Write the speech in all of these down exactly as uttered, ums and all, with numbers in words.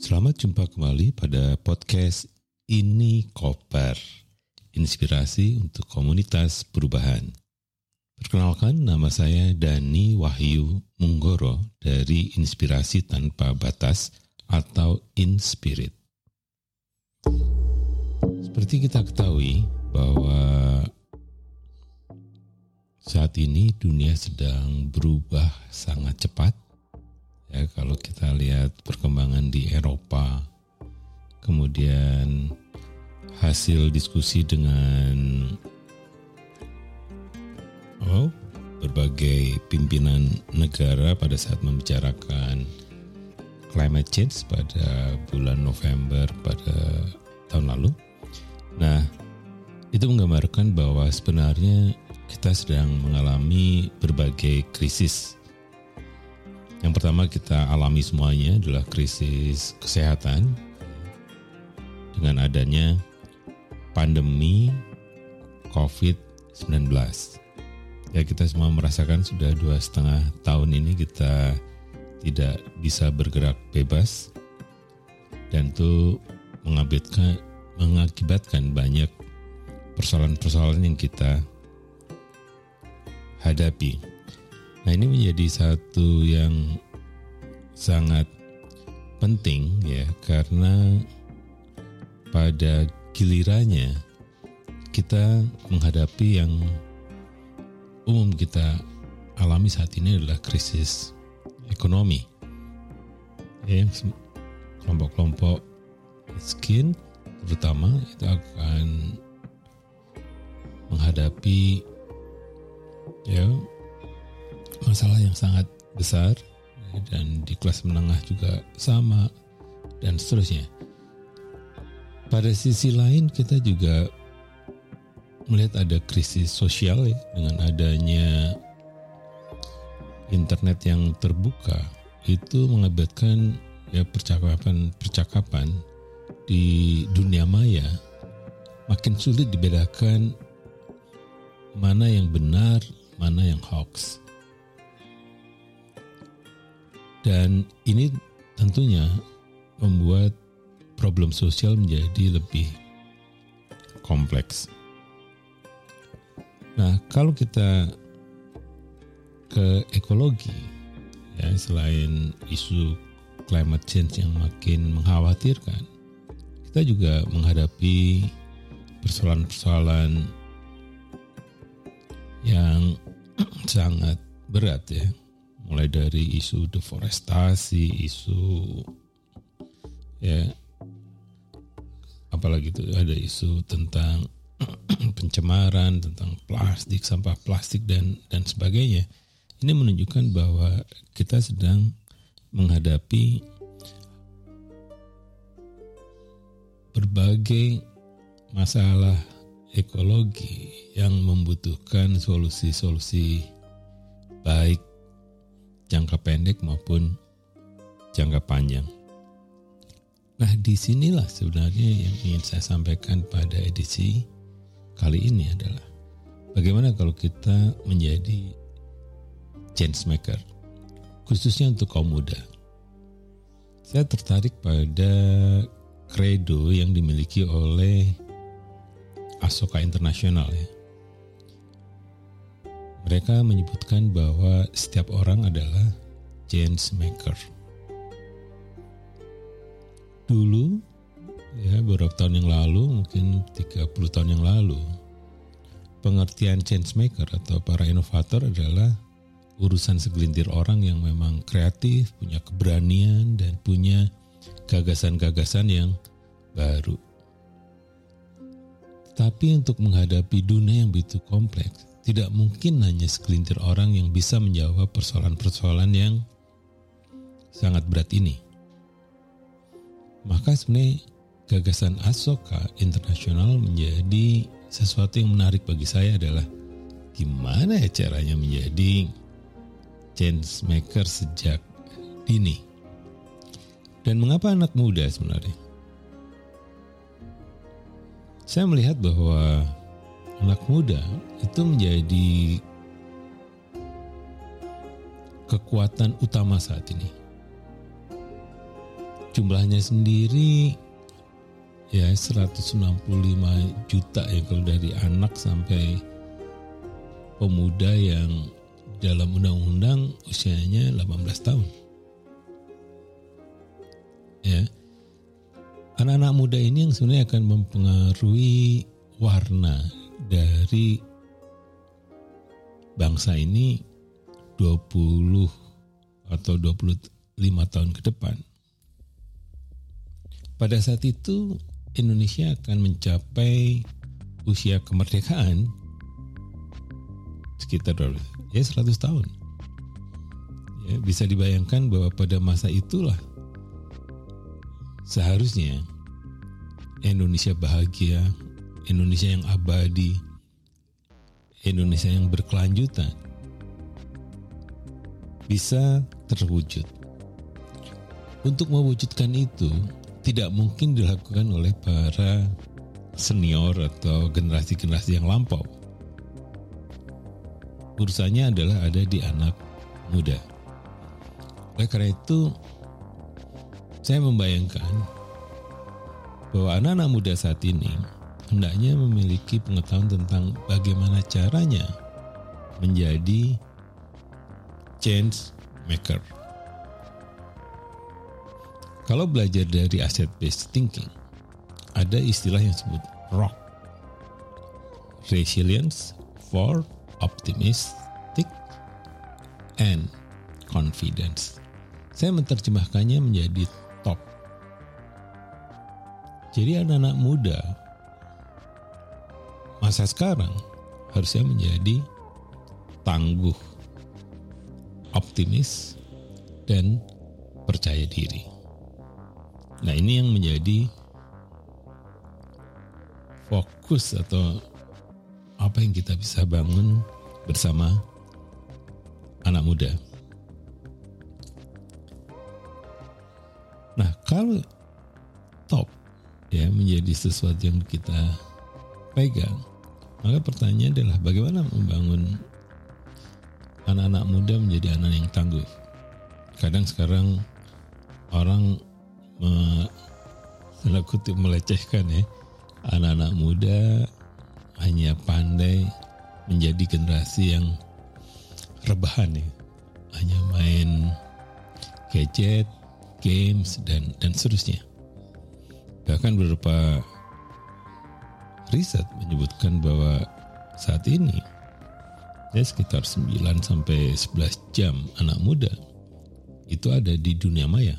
Selamat jumpa kembali pada podcast Ini Koper, inspirasi untuk komunitas perubahan. Perkenalkan, nama saya Dani Wahyu Munggoro dari Inspirasi Tanpa Batas atau InSpirit. Seperti kita ketahui bahwa saat ini dunia sedang berubah sangat cepat. Ya, kalau kita lihat perkembangan di Eropa, kemudian hasil diskusi dengan oh, berbagai pimpinan negara pada saat membicarakan climate change pada bulan November pada tahun lalu. Nah, itu menggambarkan bahwa sebenarnya kita sedang mengalami berbagai krisis. Yang pertama kita alami semuanya adalah krisis kesehatan dengan adanya pandemi covid sembilan belas. Ya, kita semua merasakan sudah dua setengah tahun ini kita tidak bisa bergerak bebas dan itu mengakibatkan, mengakibatkan banyak persoalan-persoalan yang kita hadapi. Nah, ini menjadi satu yang sangat penting ya, karena pada gilirannya kita menghadapi yang umum kita alami saat ini adalah krisis ekonomi. Ya, kelompok-kelompok miskin terutama itu akan menghadapi ya masalah yang sangat besar, dan di kelas menengah juga sama, dan seterusnya. Pada sisi lain kita juga melihat ada krisis sosial ya, dengan adanya internet yang terbuka. Itu mengakibatkan ya percakapan-percakapan di dunia maya makin sulit dibedakan mana yang benar, mana yang hoax. Dan ini tentunya membuat problem sosial menjadi lebih kompleks. Nah, kalau kita ke ekologi, ya, selain isu climate change yang makin mengkhawatirkan, kita juga menghadapi persoalan-persoalan yang sangat berat ya. Mulai dari isu deforestasi, isu ya apalagi itu ada isu tentang pencemaran, tentang plastik, sampah plastik dan dan sebagainya. Ini menunjukkan bahwa kita sedang menghadapi berbagai masalah ekologi yang membutuhkan solusi-solusi baik jangka pendek maupun jangka panjang. Nah, disinilah sebenarnya yang ingin saya sampaikan pada edisi kali ini adalah bagaimana kalau kita menjadi change maker, khususnya untuk kaum muda. Saya tertarik pada kredo yang dimiliki oleh Asoka Internasional ya. Mereka menyebutkan bahwa setiap orang adalah change maker. Dulu, ya beberapa tahun yang lalu, mungkin tiga puluh tahun yang lalu, pengertian change maker atau para inovator adalah urusan segelintir orang yang memang kreatif, punya keberanian, dan punya gagasan-gagasan yang baru. Tapi untuk menghadapi dunia yang begitu kompleks, tidak mungkin hanya segelintir orang yang bisa menjawab persoalan-persoalan yang sangat berat ini. Maka sebenarnya gagasan Asoka Internasional menjadi sesuatu yang menarik bagi saya adalah gimana ya caranya menjadi change maker sejak dini. Dan mengapa anak muda sebenarnya? Saya melihat bahwa anak muda itu menjadi kekuatan utama saat ini. jumlahnya sendiri ya seratus enam puluh lima juta ya kalau dari anak sampai pemuda yang dalam undang-undang usianya delapan belas tahun. Ya. Anak-anak muda ini yang sebenarnya akan mempengaruhi warna dari bangsa ini dua puluh atau dua puluh lima tahun ke depan. Pada saat itu Indonesia akan mencapai usia kemerdekaan sekitar ya seratus tahun. Ya, bisa dibayangkan bahwa pada masa itulah seharusnya Indonesia bahagia, Indonesia yang abadi, Indonesia yang berkelanjutan bisa terwujud. Untuk mewujudkan itu tidak mungkin dilakukan oleh para senior atau generasi-generasi yang lampau. Urusannya adalah ada di anak muda. Oleh karena itu, saya membayangkan bahwa anak-anak muda saat ini hendaknya memiliki pengetahuan tentang bagaimana caranya menjadi change maker. Kalau belajar dari asset based thinking, ada istilah yang disebut R O C, Resilience for Optimistic and Confidence. Saya menerjemahkannya menjadi top. Jadi anak-anak muda masa sekarang harusnya menjadi tangguh, optimis, dan percaya diri. Nah, ini yang menjadi fokus atau apa yang kita bisa bangun bersama anak muda. Nah, kalau top ya menjadi sesuatu yang kita pegang, maka pertanyaannya adalah bagaimana membangun anak-anak muda menjadi anak yang tangguh. Kadang sekarang orang me, kutip melecehkan ya, anak-anak muda hanya pandai menjadi generasi yang rebahan ya, hanya main gadget, games dan dan seterusnya. Bahkan beberapa riset menyebutkan bahwa saat ini ya sekitar sembilan sampai sebelas jam anak muda itu ada di dunia maya.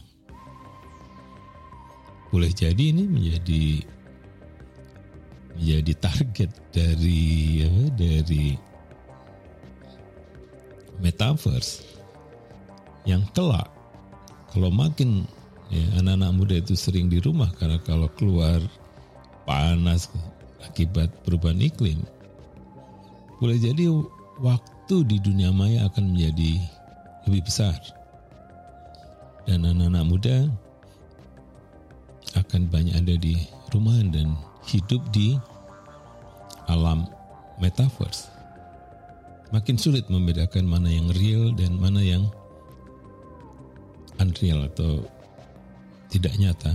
Boleh jadi ini menjadi menjadi target dari ya, dari metaverse yang kelak kalau makin ya, anak-anak muda itu sering di rumah karena kalau keluar panas akibat perubahan iklim, boleh jadi waktu di dunia maya akan menjadi lebih besar dan anak-anak muda akan banyak ada di rumah dan hidup di alam metaverse. Makin sulit membedakan mana yang real dan mana yang unreal atau tidak nyata.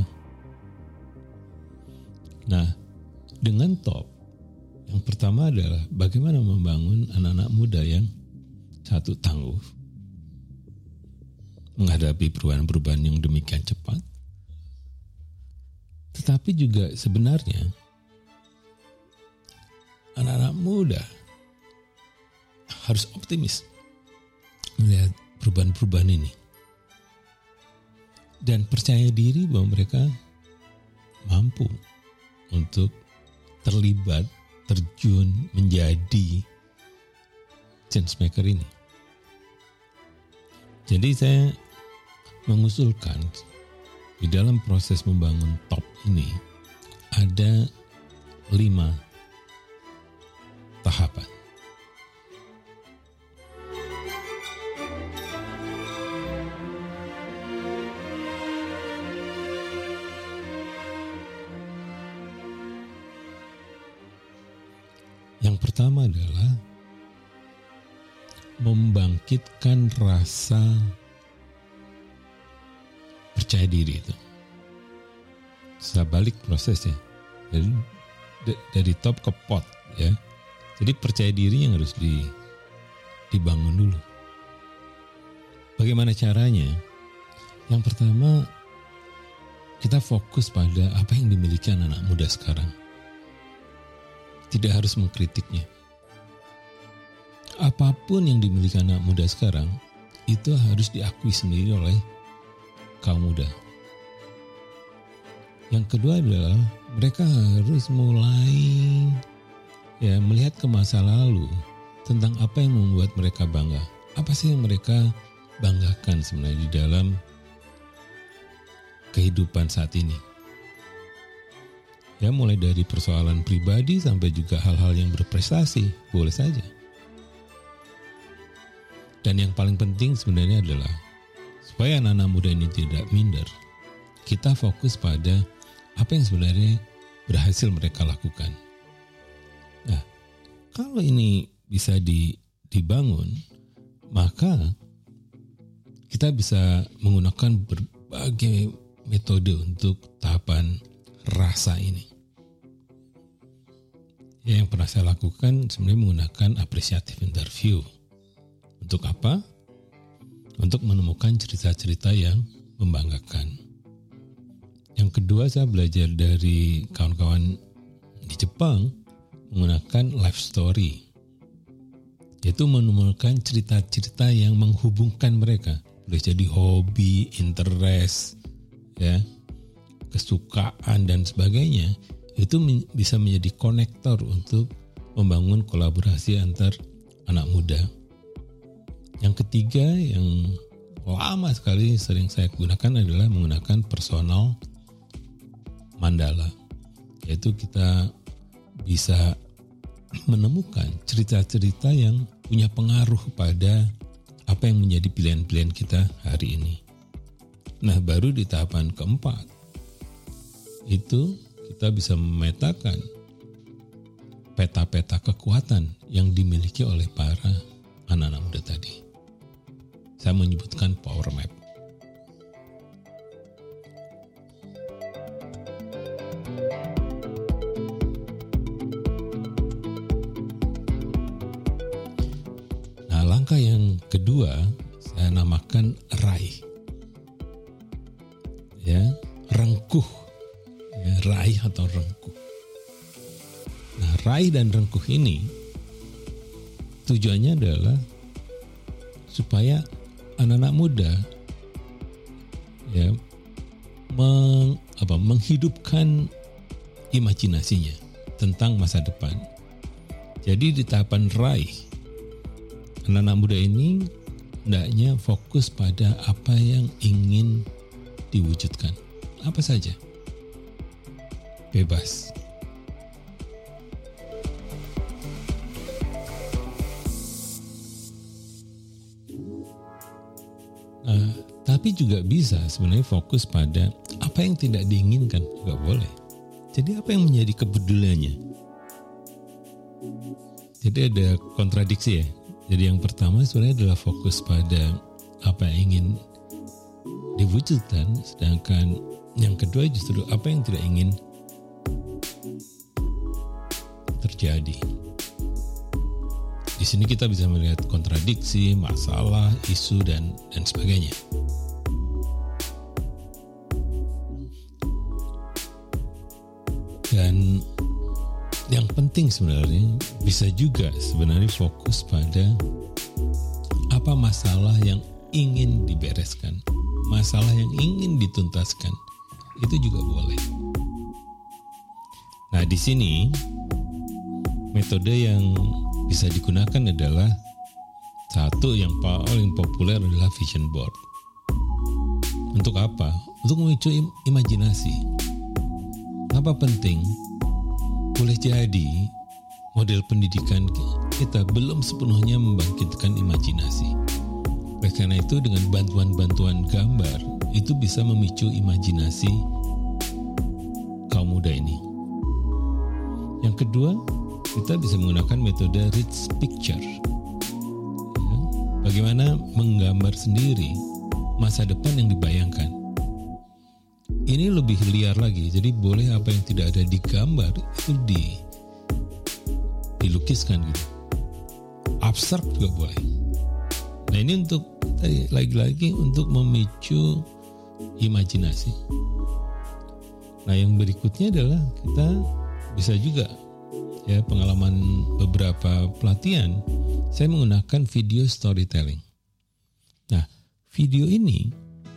Nah, dengan top, yang pertama adalah bagaimana membangun anak-anak muda yang satu tangguh menghadapi perubahan-perubahan yang demikian cepat. Tetapi juga sebenarnya anak-anak muda harus optimis melihat perubahan-perubahan ini dan percaya diri bahwa mereka mampu untuk terlibat, terjun menjadi change maker ini. Jadi saya mengusulkan di dalam proses membangun top ini ada lima tahapan. Yang pertama adalah membangkitkan rasa percaya diri itu. Bisa balik prosesnya. Dari, dari top ke pot ya. Jadi percaya diri yang harus di, dibangun dulu. Bagaimana caranya? Yang pertama, kita fokus pada apa yang dimiliki anak-anak muda sekarang. Tidak harus mengkritiknya. Apapun yang dimiliki anak muda sekarang, itu harus diakui sendiri oleh kaum muda. Yang kedua adalah mereka harus mulai ya melihat ke masa lalu tentang apa yang membuat mereka bangga. Apa sih yang mereka banggakan sebenarnya di dalam kehidupan saat ini. Ya mulai dari persoalan pribadi sampai juga hal-hal yang berprestasi, boleh saja. Dan yang paling penting sebenarnya adalah supaya anak-anak muda ini tidak minder, kita fokus pada apa yang sebenarnya berhasil mereka lakukan. Nah, kalau ini bisa di, dibangun, maka kita bisa menggunakan berbagai metode untuk tahapan rasa ini. Ya, yang pernah saya lakukan sebenarnya menggunakan appreciative interview. Untuk apa? Untuk menemukan cerita-cerita yang membanggakan. Yang kedua, saya belajar dari kawan-kawan di Jepang menggunakan life story. Yaitu menemukan cerita-cerita yang menghubungkan mereka. Boleh jadi hobi, interest, ya, kesukaan dan sebagainya. Itu bisa menjadi konektor untuk membangun kolaborasi antar anak muda. Yang ketiga yang lama sekali sering saya gunakan adalah menggunakan personal mandala. Yaitu kita bisa menemukan cerita-cerita yang punya pengaruh pada apa yang menjadi pilihan-pilihan kita hari ini. Nah, baru di tahapan keempat itu kita bisa memetakan peta-peta kekuatan yang dimiliki oleh para anak-anak muda tadi. Saya menyebutkan power map. Nah, langkah yang kedua saya namakan raih. Ya, rengkuh. Ya, raih atau rengkuh. Nah, raih dan rengkuh ini tujuannya adalah supaya anak-anak muda ya meng, apa, menghidupkan imajinasinya tentang masa depan. Jadi di tahapan raih, anak-anak muda ini hendaknya fokus pada apa yang ingin diwujudkan. Apa saja. Bebas. Nah, tapi juga bisa sebenarnya fokus pada apa yang tidak diinginkan juga boleh. Jadi apa yang menjadi kepeduliannya? Jadi ada kontradiksi ya. Jadi yang pertama sebenarnya adalah fokus pada apa yang ingin diwujudkan, sedangkan yang kedua justru apa yang tidak ingin terjadi. Di sini kita bisa melihat kontradiksi, masalah, isu dan dan sebagainya. Dan yang penting sebenarnya bisa juga sebenarnya fokus pada apa masalah yang ingin dibereskan, masalah yang ingin dituntaskan, itu juga boleh. Nah, di sini metode yang bisa digunakan adalah satu yang paling populer adalah vision board. Untuk apa? Untuk memicu im- imajinasi. Apa penting? Boleh jadi model pendidikan kita belum sepenuhnya membangkitkan imajinasi. Oleh karena itu dengan bantuan-bantuan gambar itu bisa memicu imajinasi kaum muda ini. Yang kedua, kita bisa menggunakan metode rich picture. Ya, bagaimana menggambar sendiri masa depan yang dibayangkan. ini lebih liar lagi. Jadi boleh apa yang tidak ada di gambar itu di dilukiskan gitu. Abstrak juga boleh. Nah ini untuk tadi lagi-lagi untuk memicu imajinasi. Nah yang berikutnya adalah kita bisa juga ya pengalaman beberapa pelatihan saya menggunakan video storytelling. Nah video ini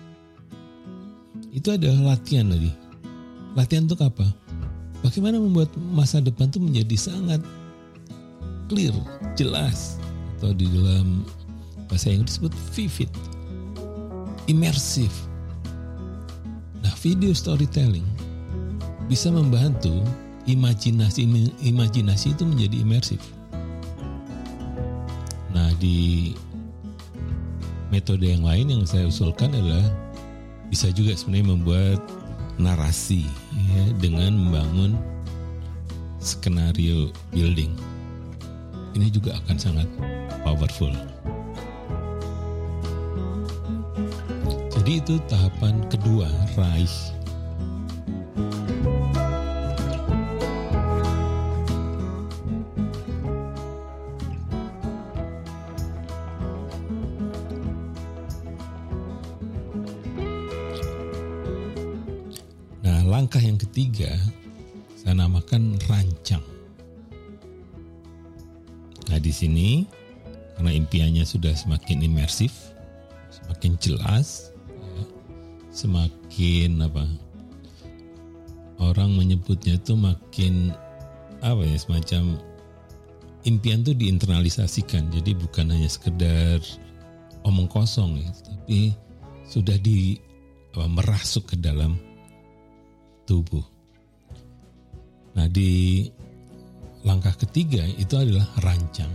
itu adalah latihan lagi. Latihan untuk apa? Bagaimana membuat masa depan itu menjadi sangat clear, jelas, atau di dalam bahasa Inggris disebut vivid, imersif. Nah, video storytelling bisa membantu imajinasi imajinasi itu menjadi imersif. Nah, di metode yang lain yang saya usulkan adalah bisa juga sebenarnya membuat narasi ya, dengan membangun skenario building. Ini juga akan sangat powerful. Jadi itu tahapan kedua, raih. Nah, langkah yang ketiga saya namakan rancang. Nah, di sini karena impiannya sudah semakin imersif, semakin jelas, ya, semakin apa? Orang menyebutnya itu makin apa ya, semacam impian itu diinternalisasikan. Jadi bukan hanya sekedar omong kosong ya, tapi sudah di apa, merasuk ke dalam tubuh. Nah, di langkah ketiga itu adalah rancang.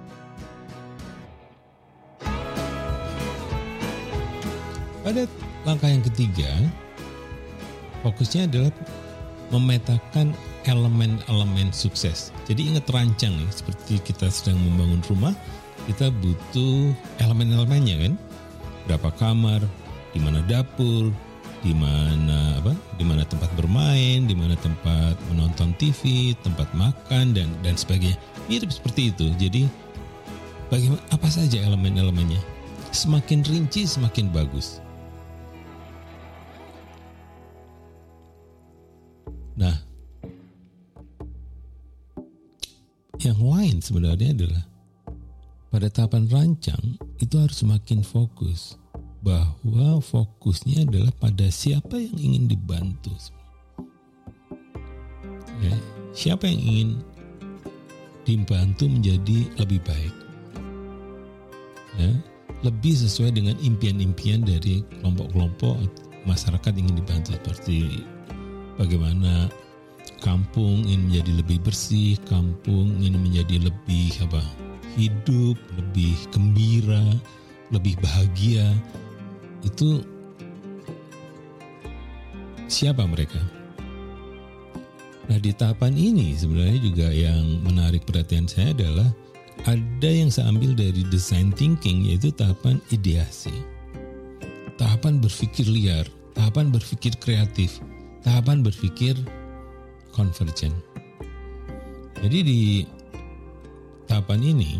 Pada langkah yang ketiga, fokusnya adalah memetakan elemen-elemen sukses. Jadi ingat rancang nih, seperti kita sedang membangun rumah, kita butuh elemen-elemennya kan? Berapa kamar, di mana dapur, di mana apa? Di mana tempat bermain, di mana tempat menonton T V, tempat makan dan dan sebagainya. Mirip seperti itu. Jadi bagaimana apa saja elemen-elemennya? Semakin rinci semakin bagus. Nah, yang lain sebenarnya adalah pada tahapan rancang itu harus semakin fokus. Bahwa fokusnya adalah pada siapa yang ingin dibantu. Ya, siapa yang ingin dibantu menjadi lebih baik. Ya, lebih sesuai dengan impian-impian dari kelompok-kelompok masyarakat ingin dibantu, seperti bagaimana kampung ingin menjadi lebih bersih, kampung ingin menjadi lebih apa? Hidup, lebih gembira, lebih bahagia. Itu siapa mereka? Nah, di tahapan ini sebenarnya juga yang menarik perhatian saya adalah ada yang saya ambil dari design thinking, yaitu tahapan ideasi, tahapan berpikir liar, tahapan berpikir kreatif, tahapan berpikir konvergen. Jadi di tahapan ini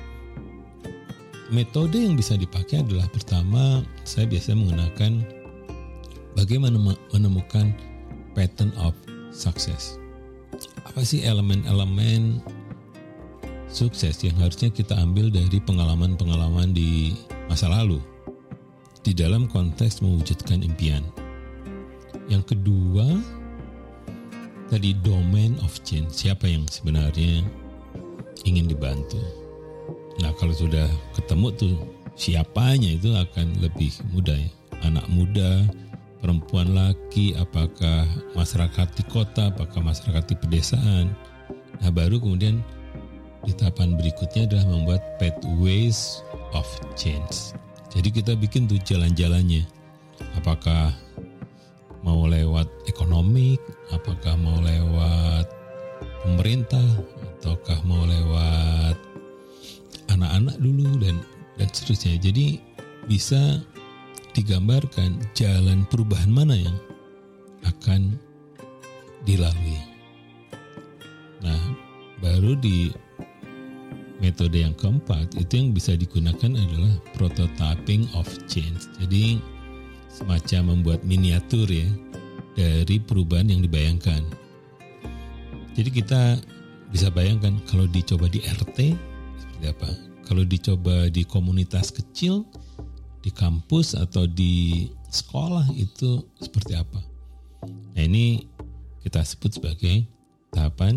metode yang bisa dipakai adalah pertama, saya biasa menggunakan bagaimana menemukan pattern of success. Apa sih elemen-elemen sukses yang harusnya kita ambil dari pengalaman-pengalaman di masa lalu di dalam konteks mewujudkan impian. Yang kedua, tadi domain of change, siapa yang sebenarnya ingin dibantu. Nah, kalau sudah ketemu tuh siapanya, itu akan lebih mudah ya. Anak muda, perempuan, laki, apakah masyarakat di kota, apakah masyarakat di pedesaan. Nah, baru kemudian di tahapan berikutnya adalah membuat pathways of change. Jadi kita bikin tuh jalan-jalannya. Apakah mau lewat ekonomi, apakah mau lewat pemerintah, ataukah mau lewat anak-anak dulu dan dan seterusnya. Jadi bisa digambarkan jalan perubahan mana yang akan dilalui. Nah, baru di metode yang keempat itu yang bisa digunakan adalah prototyping of change. Jadi semacam membuat miniatur ya dari perubahan yang dibayangkan. Jadi kita bisa bayangkan kalau dicoba di R T seperti apa, kalau dicoba di komunitas kecil, di kampus atau di sekolah itu seperti apa. Nah ini kita sebut sebagai tahapan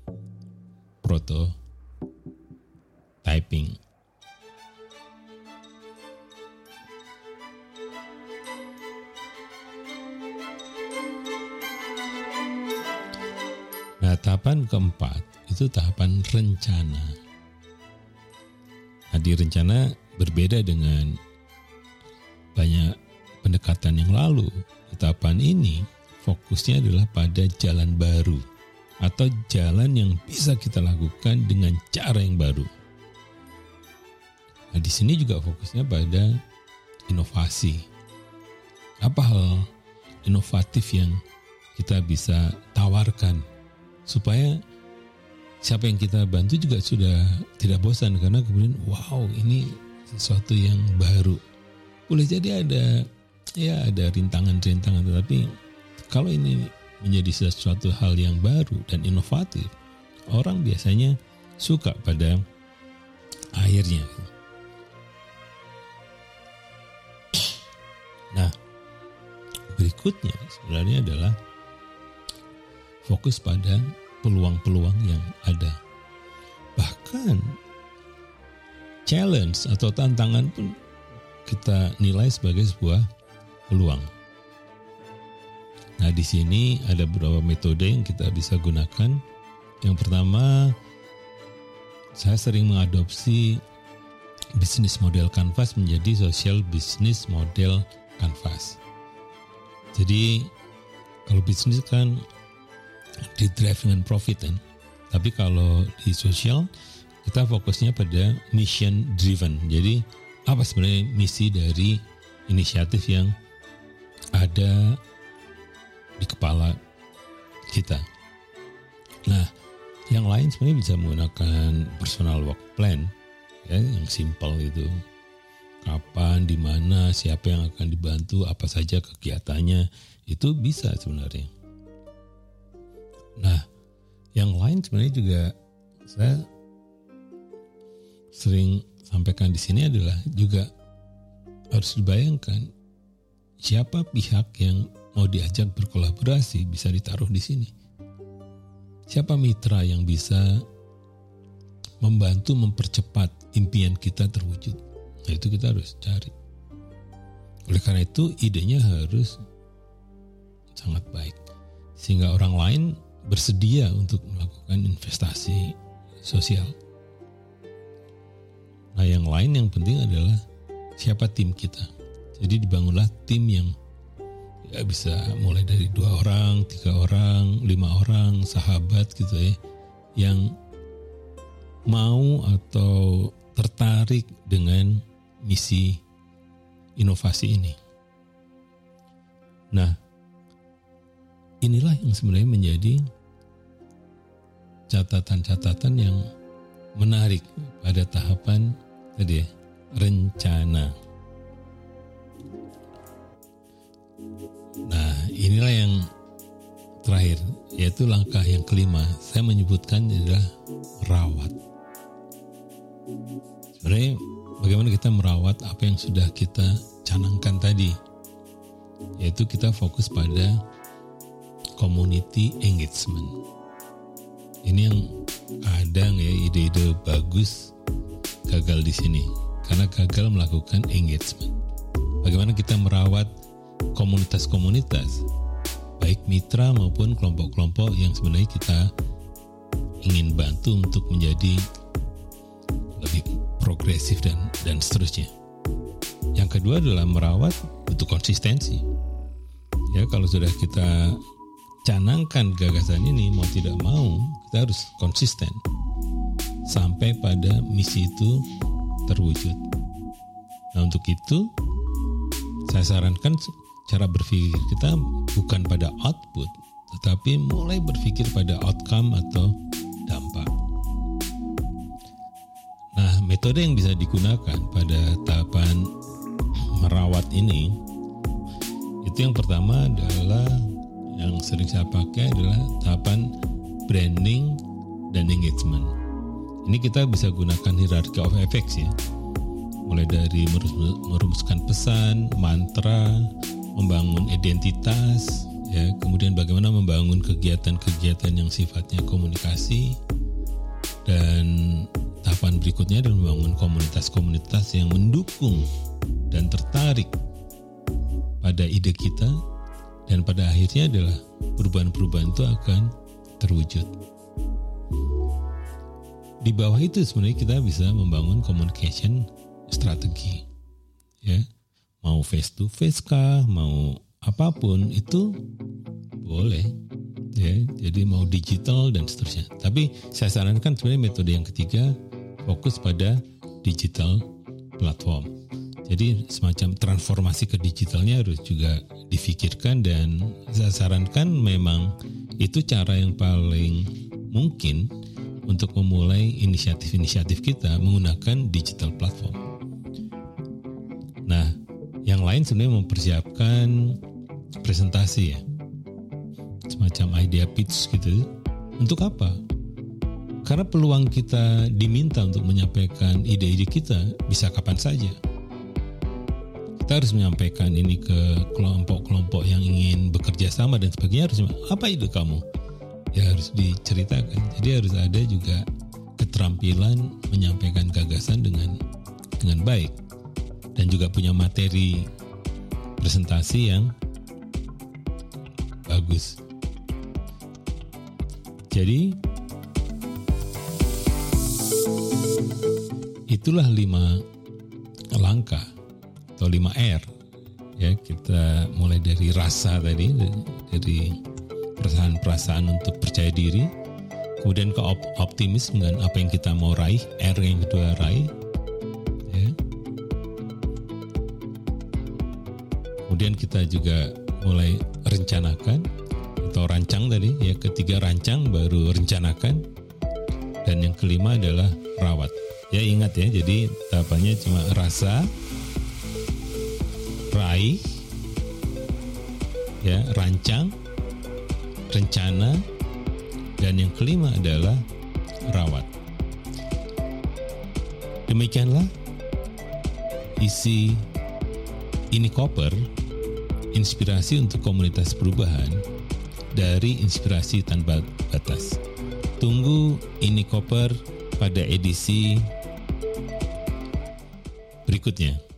prototyping. Nah, tahapan keempat itu tahapan rencana. Nah, di rencana berbeda dengan banyak pendekatan yang lalu. Di tahapan ini fokusnya adalah pada jalan baru atau jalan yang bisa kita lakukan dengan cara yang baru. Nah, di sini juga fokusnya pada inovasi. Apa hal inovatif yang kita bisa tawarkan supaya siapa yang kita bantu juga sudah tidak bosan, karena kemudian wow ini sesuatu yang baru. Boleh jadi ada ya ada rintangan-rintangan, tetapi kalau ini menjadi sesuatu hal yang baru dan inovatif, orang biasanya suka pada akhirnya. Nah, berikutnya sebenarnya adalah fokus pada peluang-peluang yang ada. Bahkan challenge atau tantangan pun kita nilai sebagai sebuah peluang. Nah, di sini ada beberapa metode yang kita bisa gunakan. Yang pertama, saya sering mengadopsi bisnis model Canvas menjadi social business model Canvas. Jadi kalau bisnis kan di drive dengan profit kan, tapi kalau di sosial kita fokusnya pada mission driven. Jadi apa sebenarnya misi dari inisiatif yang ada di kepala kita. Nah, yang lain sebenarnya bisa menggunakan personal work plan ya, yang simple itu. Kapan, di mana, siapa yang akan dibantu, apa saja kegiatannya, itu bisa sebenarnya. Nah, yang lain sebenarnya juga saya sering sampaikan di sini adalah juga harus dibayangkan siapa pihak yang mau diajak berkolaborasi bisa ditaruh di sini. Siapa mitra yang bisa membantu mempercepat impian kita terwujud. Nah, itu kita harus cari. Oleh karena itu idenya harus sangat baik sehingga orang lain bersedia untuk melakukan investasi sosial. Nah, yang lain yang penting adalah siapa tim kita. Jadi dibangunlah tim yang ya bisa mulai dari dua orang, tiga orang, lima orang, sahabat gitu ya, yang mau atau tertarik dengan misi inovasi ini. Nah, inilah yang sebenarnya menjadi catatan-catatan yang menarik pada tahapan tadi ya, rencana. Nah, inilah yang terakhir, yaitu langkah yang kelima. Saya menyebutkan adalah merawat. Sebenarnya bagaimana kita merawat apa yang sudah kita canangkan tadi, yaitu kita fokus pada community engagement. Ini yang kadang ya ide-ide bagus gagal di sini karena gagal melakukan engagement. Bagaimana kita merawat komunitas-komunitas, baik mitra maupun kelompok-kelompok yang sebenarnya kita ingin bantu untuk menjadi lebih progresif dan dan seterusnya. Yang kedua adalah merawat butuh konsistensi. Ya, kalau sudah kita canangkan gagasan ini, mau tidak mau kita harus konsisten sampai pada misi itu terwujud. Nah, untuk itu saya sarankan cara berpikir kita bukan pada output, tetapi mulai berpikir pada outcome atau dampak. Nah, metode yang bisa digunakan pada tahapan merawat ini, itu yang pertama adalah yang sering saya pakai adalah tahapan branding dan engagement. Ini kita bisa gunakan hierarchy of effects ya, mulai dari merumuskan pesan, mantra, membangun identitas, ya, kemudian bagaimana membangun kegiatan-kegiatan yang sifatnya komunikasi, dan tahapan berikutnya adalah membangun komunitas-komunitas yang mendukung dan tertarik pada ide kita, dan pada akhirnya adalah perubahan-perubahan itu akan terwujud. Di bawah itu sebenarnya kita bisa membangun communication strategi, ya, mau face to face kah, mau apapun itu boleh, ya. Jadi mau digital dan seterusnya. Tapi saya sarankan sebenarnya metode yang ketiga, fokus pada digital platform. Jadi semacam transformasi ke digitalnya harus juga difikirkan, dan saya sarankan memang itu cara yang paling mungkin untuk memulai inisiatif-inisiatif kita menggunakan digital platform. Nah, yang lain sebenarnya mempersiapkan presentasi ya, semacam idea pitch gitu. Untuk apa? Karena peluang kita diminta untuk menyampaikan ide-ide kita bisa kapan saja. Kita harus menyampaikan ini ke kelompok-kelompok yang ingin bekerja sama dan sebagainya. Harus, apa ide kamu? Ya harus diceritakan. Jadi harus ada juga keterampilan menyampaikan gagasan dengan dengan baik, dan juga punya materi presentasi yang bagus. Jadi itulah lima langkah atau lima R ya. Kita mulai dari rasa tadi, dari perasaan-perasaan untuk percaya diri, kemudian ke op- optimis dengan apa yang kita mau raih, R yang kedua raih, ya. Kemudian kita juga mulai rencanakan atau rancang tadi, ya, ketiga rancang baru rencanakan, dan yang kelima adalah rawat. Ya ingat ya, jadi tahapannya cuma rasa, raih, ya, rancang, rencana, dan yang kelima adalah rawat. Demikianlah isi Ini Koper, inspirasi untuk komunitas perubahan dari Inspirasi Tanpa Batas. Tunggu Ini Koper pada edisi berikutnya.